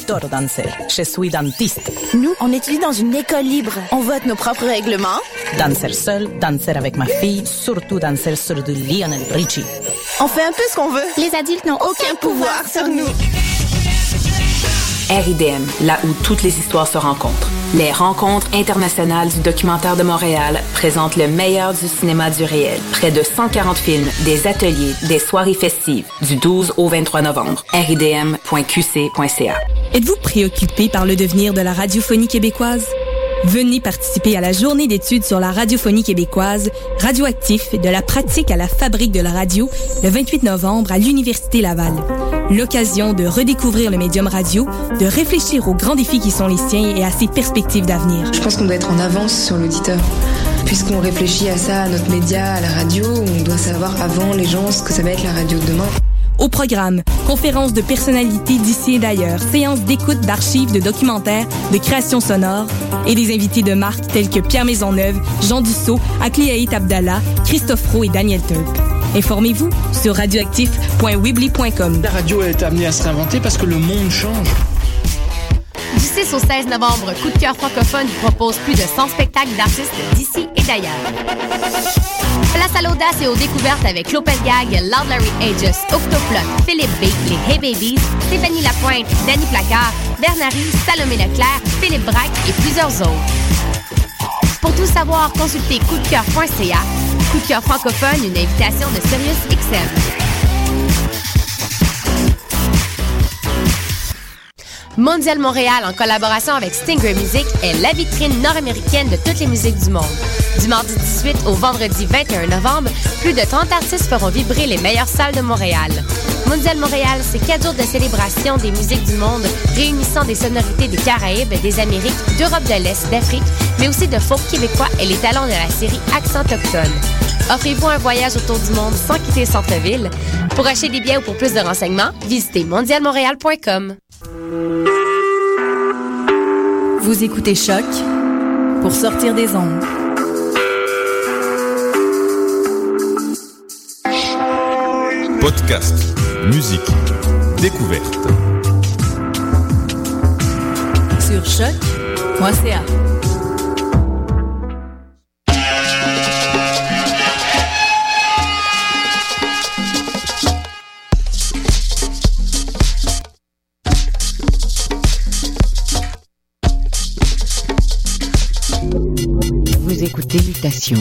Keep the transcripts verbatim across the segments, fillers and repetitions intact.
J'adore danser. Je suis dentiste. Nous, on étudie dans une école libre. On vote nos propres règlements. Danser seul, danser avec ma fille, surtout danser sur du Lionel Richie. On fait un peu ce qu'on veut. Les adultes n'ont aucun pouvoir sur nous. R I D M, là où toutes les histoires se rencontrent. Les Rencontres internationales du documentaire de Montréal présentent le meilleur du cinéma du réel. Près de cent quarante films, des ateliers, des soirées festives, du douze au vingt-trois novembre. R I D M point Q C point C A. Êtes-vous préoccupé par le devenir de la radiophonie québécoise? Venez participer à la journée d'études sur la radiophonie québécoise, radioactif de la pratique à la fabrique de la radio, le vingt-huit novembre à l'Université Laval. L'occasion de redécouvrir le médium radio, de réfléchir aux grands défis qui sont les siens et à ses perspectives d'avenir. Je pense qu'on doit être en avance sur l'auditeur. Puisqu'on réfléchit à ça, à notre média, à la radio, on doit savoir avant les gens ce que ça va être la radio de demain. Au programme, conférences de personnalités d'ici et d'ailleurs, séances d'écoute d'archives, de documentaires, de créations sonores et des invités de marque tels que Pierre Maisonneuve, Jean Dussault, Akliaït Abdallah, Christophe Roux et Daniel Turp. Informez-vous sur radioactif point weebly point com. La radio est amenée à se réinventer parce que le monde change. Du six au seize novembre, Coup de cœur francophone vous propose plus de cent spectacles d'artistes d'ici et d'ailleurs. Place à l'audace et aux découvertes avec Lopez Gag, Loud Larry Aegis, Octoplot, Philippe B, les Hey Babies, Stéphanie Lapointe, Danny Placard, Bernary, Salomé Leclerc, Philippe Braque et plusieurs autres. Pour tout savoir, consultez coup de cœur point C A. Coup de cœur francophone, une invitation de Sirius X M. Mondial Montréal, en collaboration avec Stinger Music, est la vitrine nord-américaine de toutes les musiques du monde. Du mardi dix-huit au vendredi vingt et un novembre, plus de trente artistes feront vibrer les meilleures salles de Montréal. Mondial Montréal, c'est quatre jours de célébration des musiques du monde, réunissant des sonorités des Caraïbes, des Amériques, d'Europe de l'Est, d'Afrique, mais aussi de folk québécois et les talents de la série Accent autochtone. Offrez-vous un voyage autour du monde sans quitter le centre-ville. Pour acheter des billets ou pour plus de renseignements, visitez mondial montréal point com. Vous écoutez Choc pour sortir des ondes. Podcast, musique, découverte. Sur choc point C A. Vous écoutez Mutation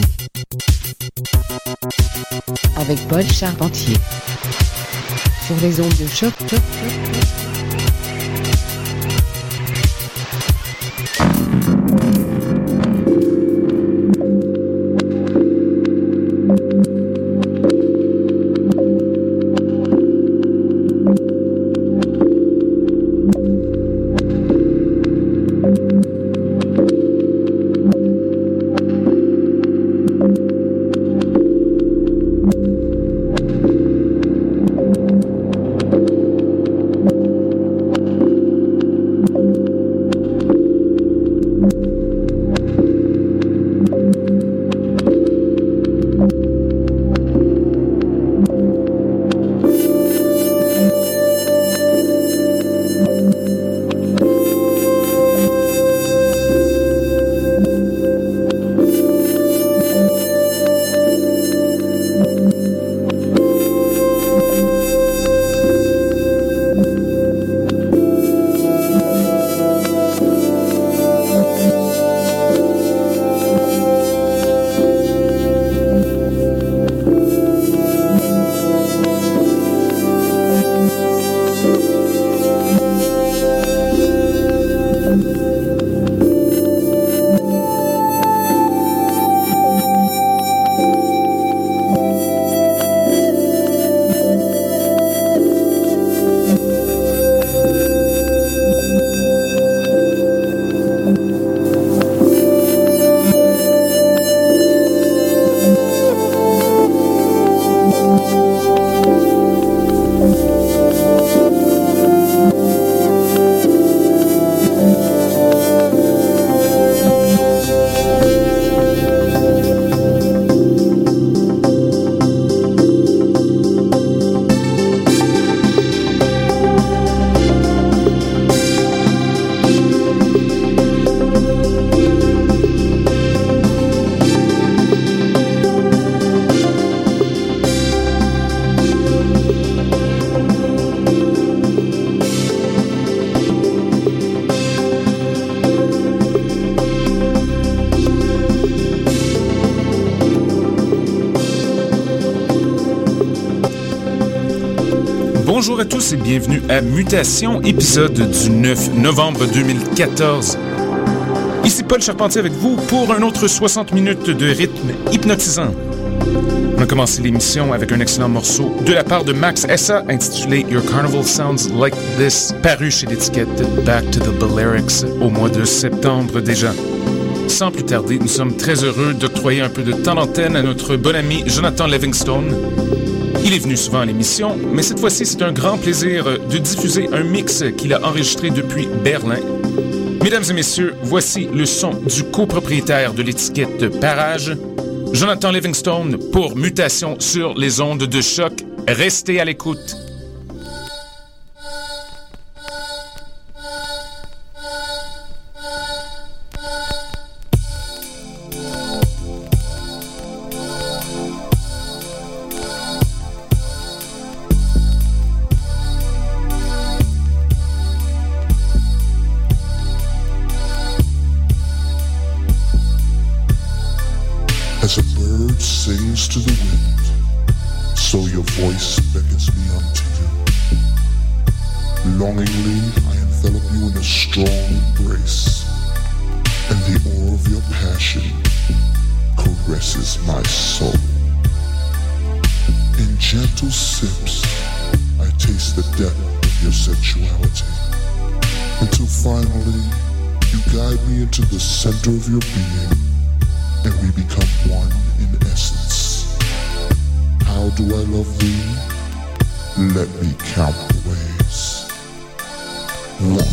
avec Paul Charpentier sur les ondes de choc. choc, choc, choc. Bonjour à tous et bienvenue à Mutation, épisode du neuf novembre deux mille quatorze. Ici Paul Charpentier avec vous pour un autre soixante minutes de rythme hypnotisant. On a commencé l'émission avec un excellent morceau de la part de Max Essa intitulé Your Carnival Sounds Like This, paru chez l'étiquette Back to the Balearics au mois de septembre déjà. Sans plus tarder, nous sommes très heureux d'octroyer un peu de temps d'antenne à notre bon ami Jonathan Livingstone. Il est venu souvent à l'émission, mais cette fois-ci, c'est un grand plaisir de diffuser un mix qu'il a enregistré depuis Berlin. Mesdames et messieurs, voici le son du copropriétaire de l'étiquette Parage, Jonathan Livingstone, pour Mutation sur les ondes de choc. Restez à l'écoute. As a bird sings to the wind, so your voice beckons me unto you. Longingly I envelop you in a strong embrace, and the oar of your passion caresses my soul. In gentle sips, I taste the depth of your sexuality, until finally you guide me into the center of your being, and we become one in essence. How do I love thee? Let me count the ways. One.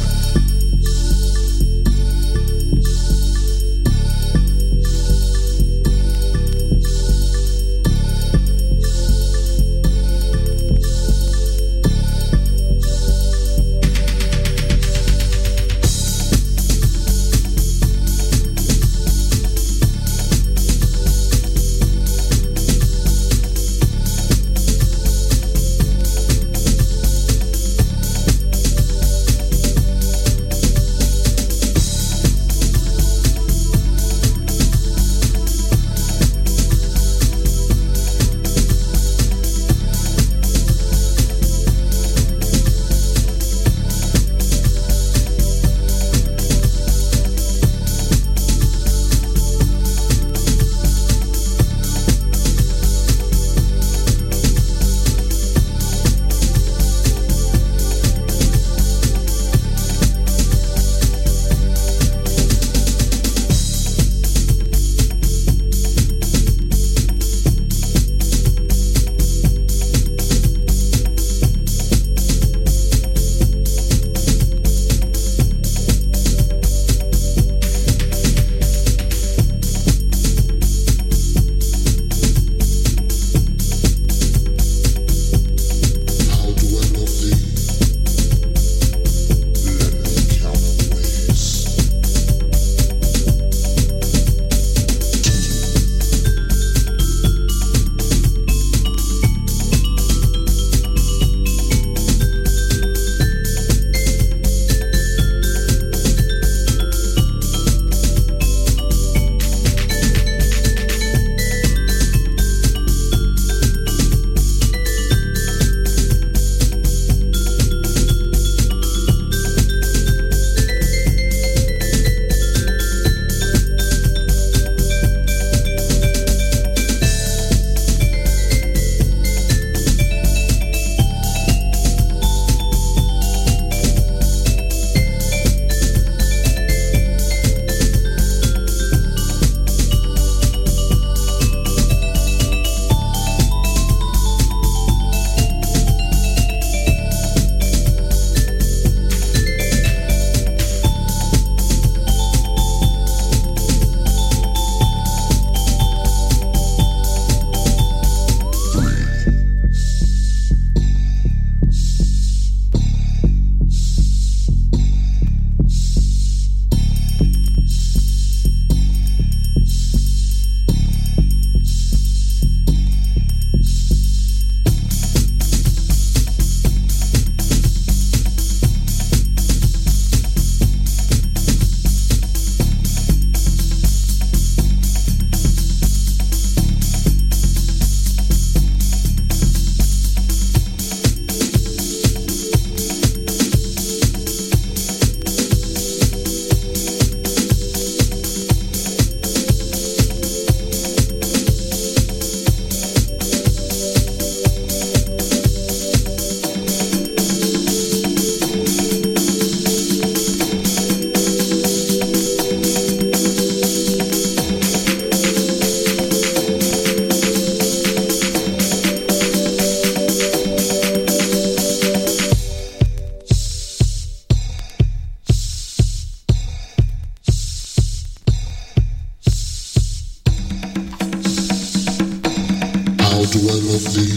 I love thee?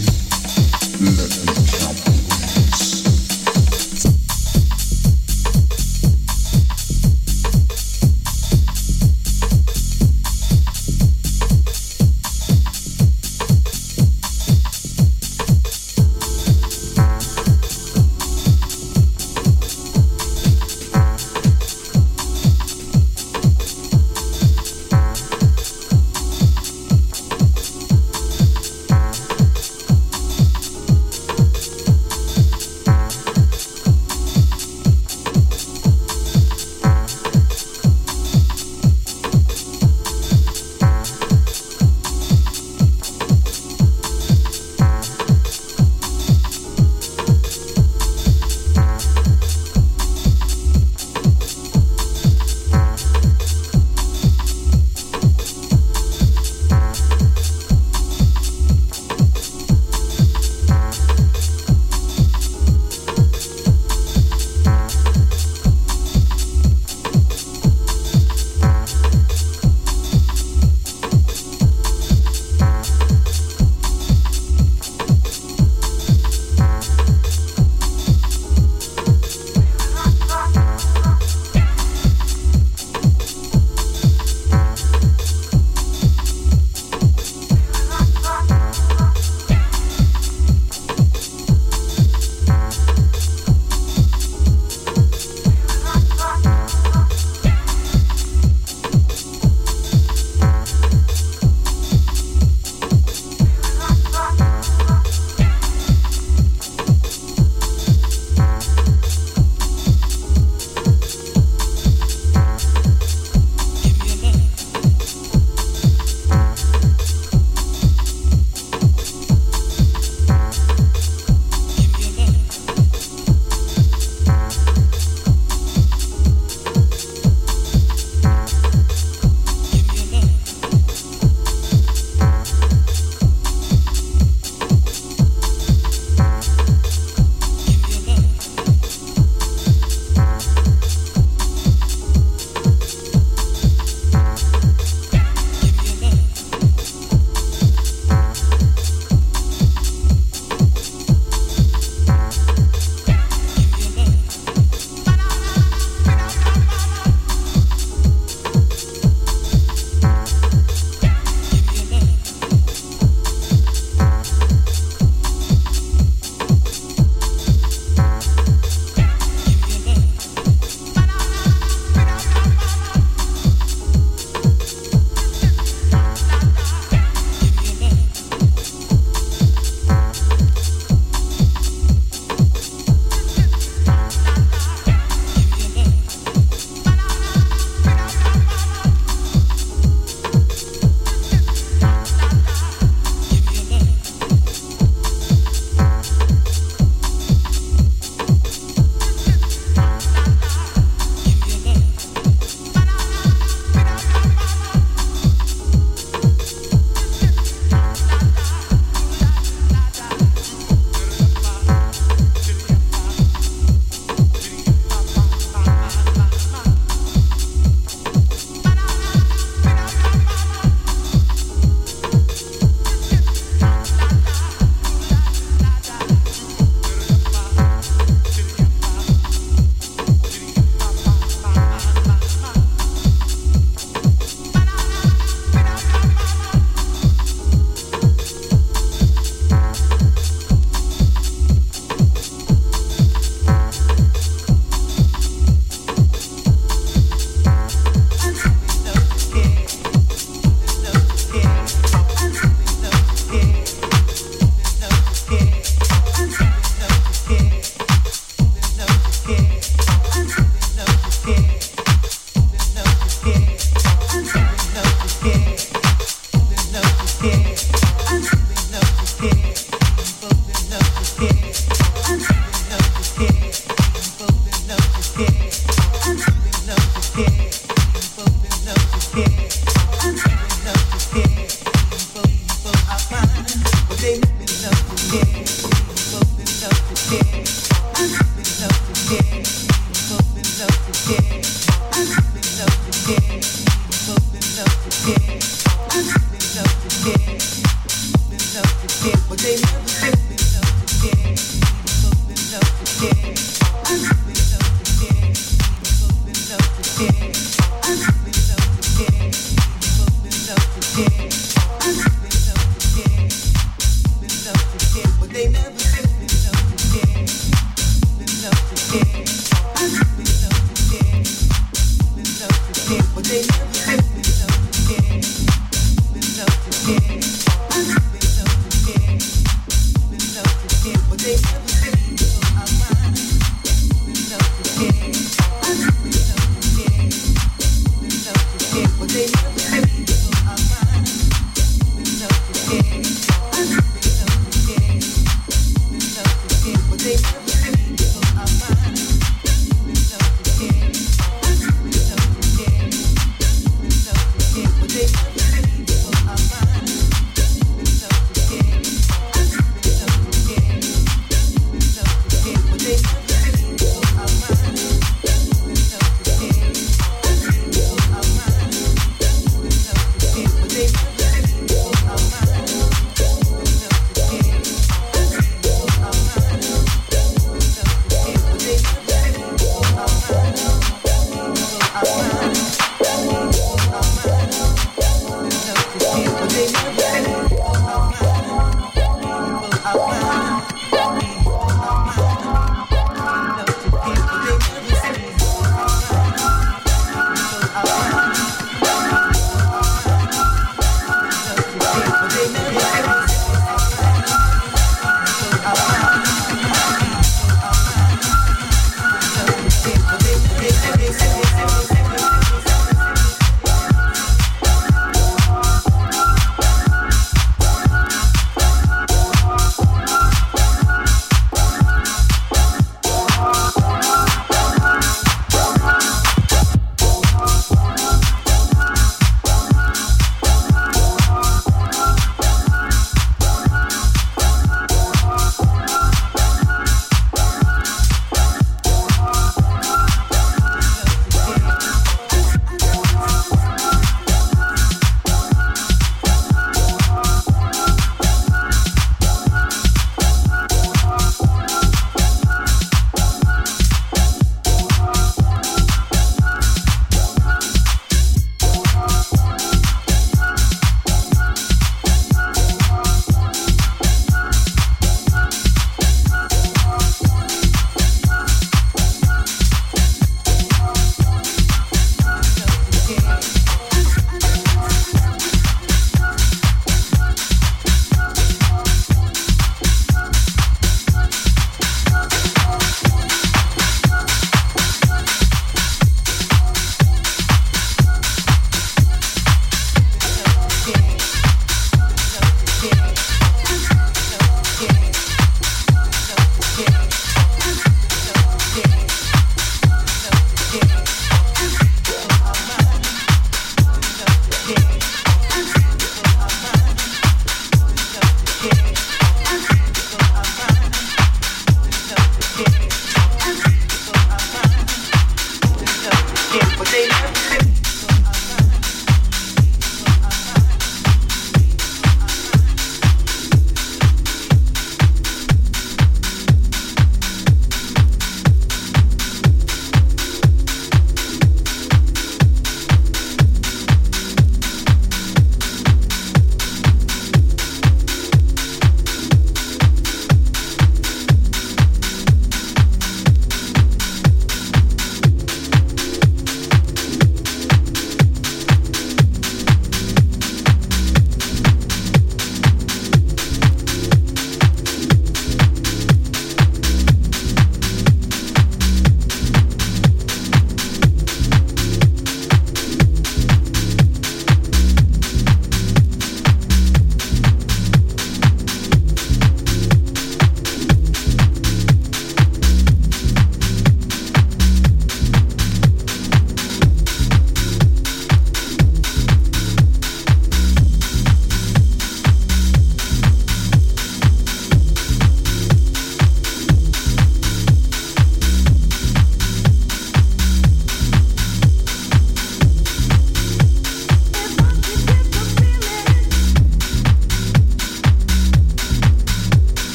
Let me count the ways. Yeah. What they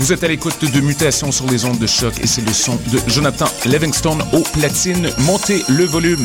Vous êtes à l'écoute de Mutation sur les ondes de choc et c'est le son de Jonathan Livingstone au platine. Montez le volume.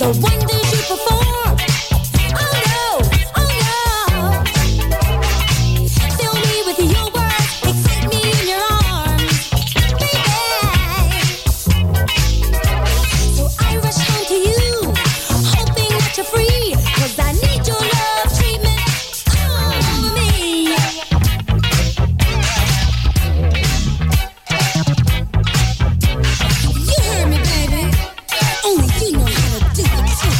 You heard me, baby. Only you know how to do it.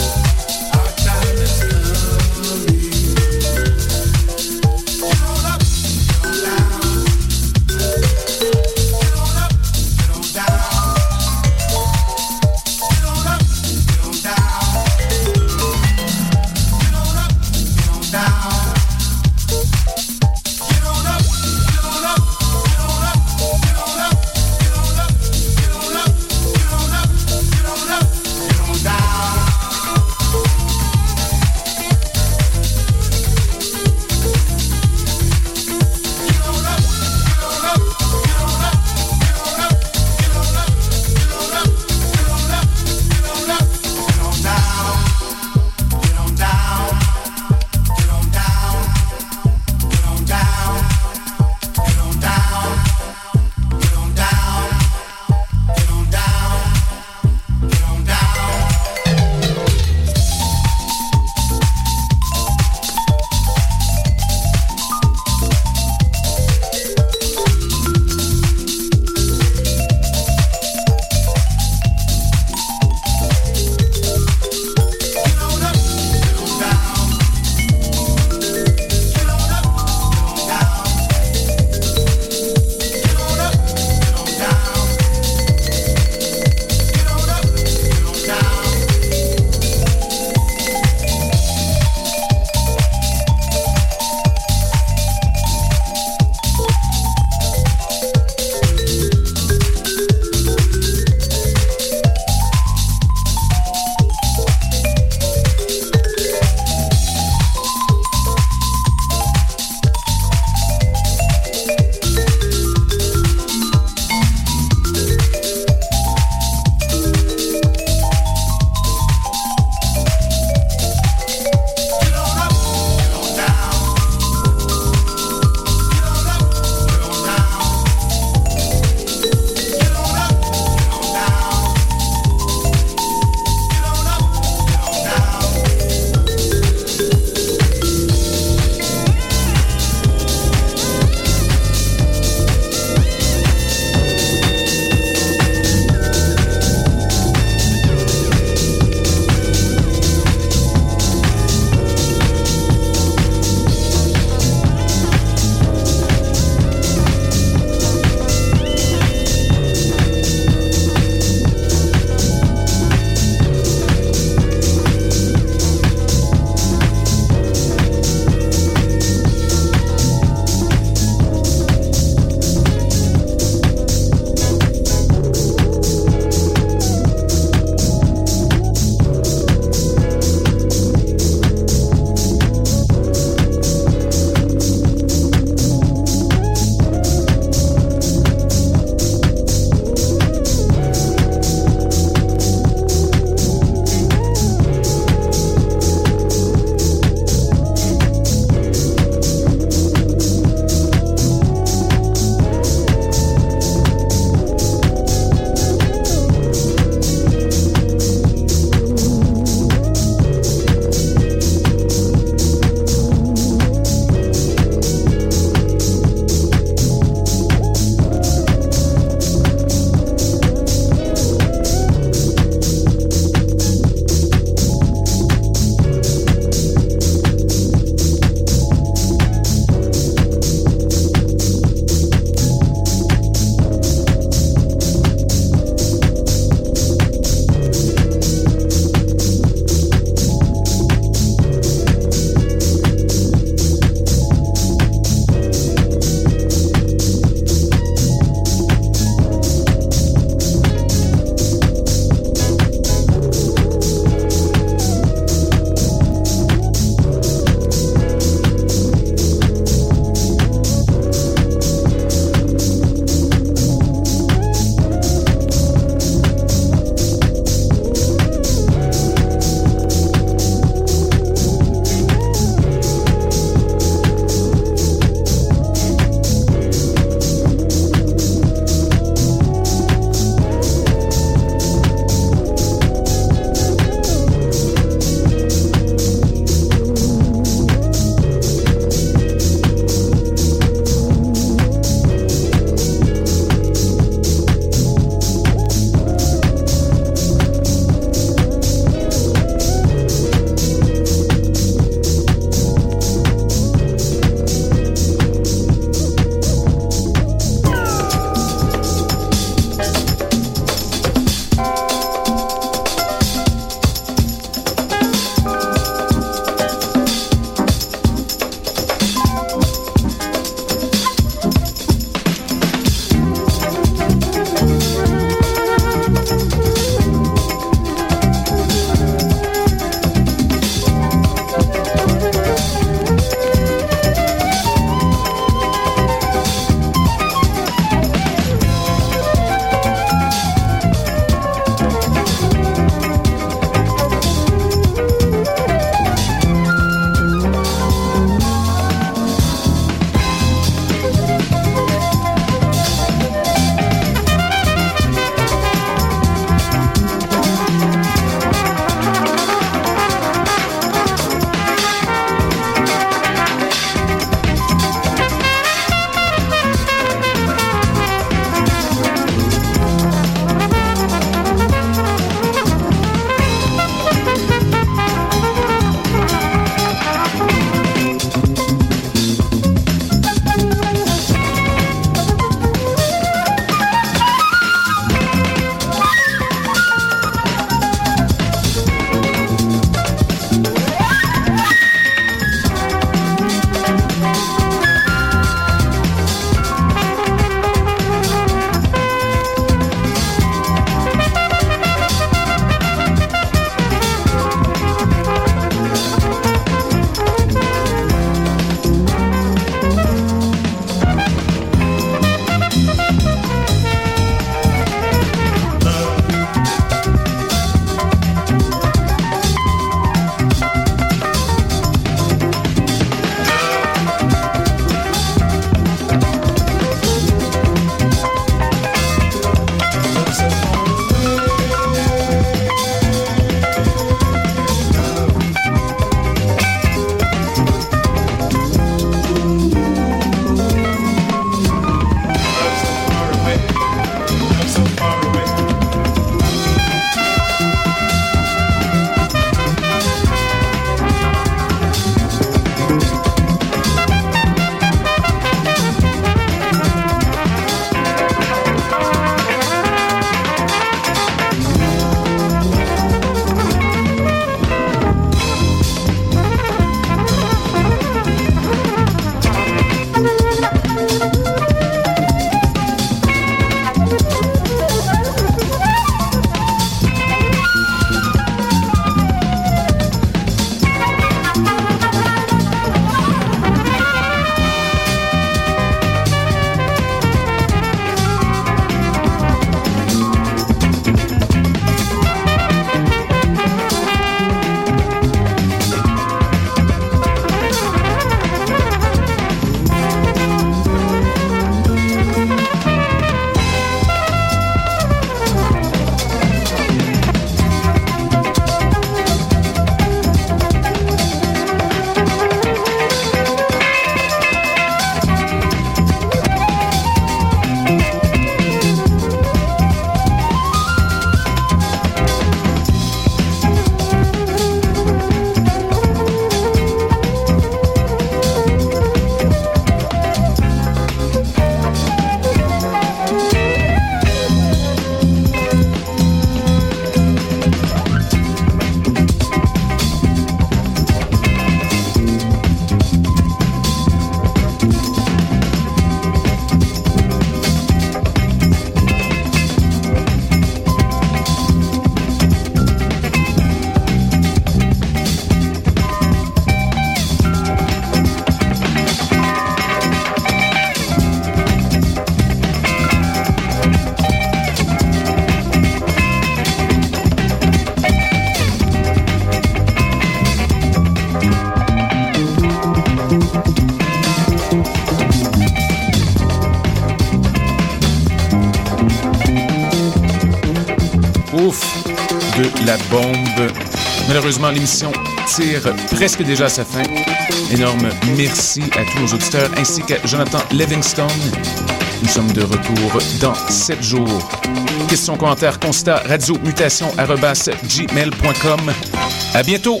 de la bombe. Malheureusement, l'émission tire presque déjà à sa fin. Énorme merci à tous nos auditeurs ainsi qu'à Jonathan Livingstone. Nous sommes de retour dans sept jours. Questions, commentaires, constats, radiomutation arobase gmail point com. À bientôt!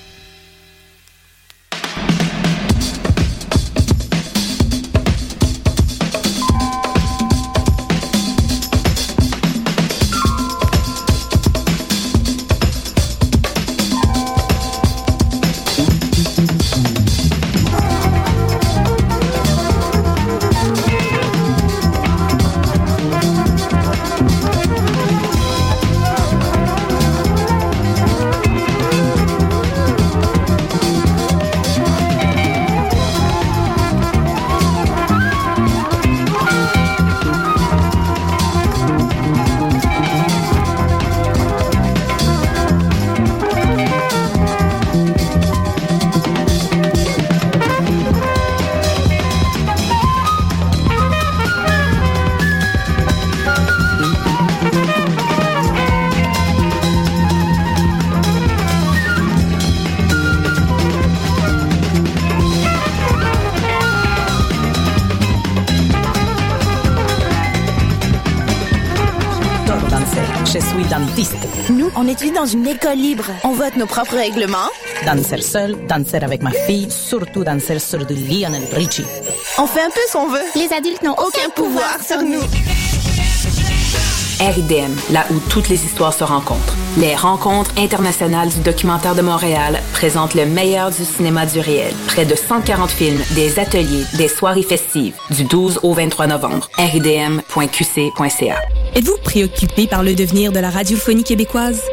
Nous, on étudie dans une école libre. On vote nos propres règlements. Danser seul, danser avec ma fille, surtout danser sur du Lionel Richie. On fait un peu ce qu'on veut. Les adultes n'ont aucun pouvoir sur nous. R I D M, là où toutes les histoires se rencontrent. Les Rencontres internationales du documentaire de Montréal présentent le meilleur du cinéma du réel. Près de cent quarante films, des ateliers, des soirées festives, du douze au vingt-trois novembre. R I D M point Q C point C A. Êtes-vous préoccupé par le devenir de la radiophonie québécoise?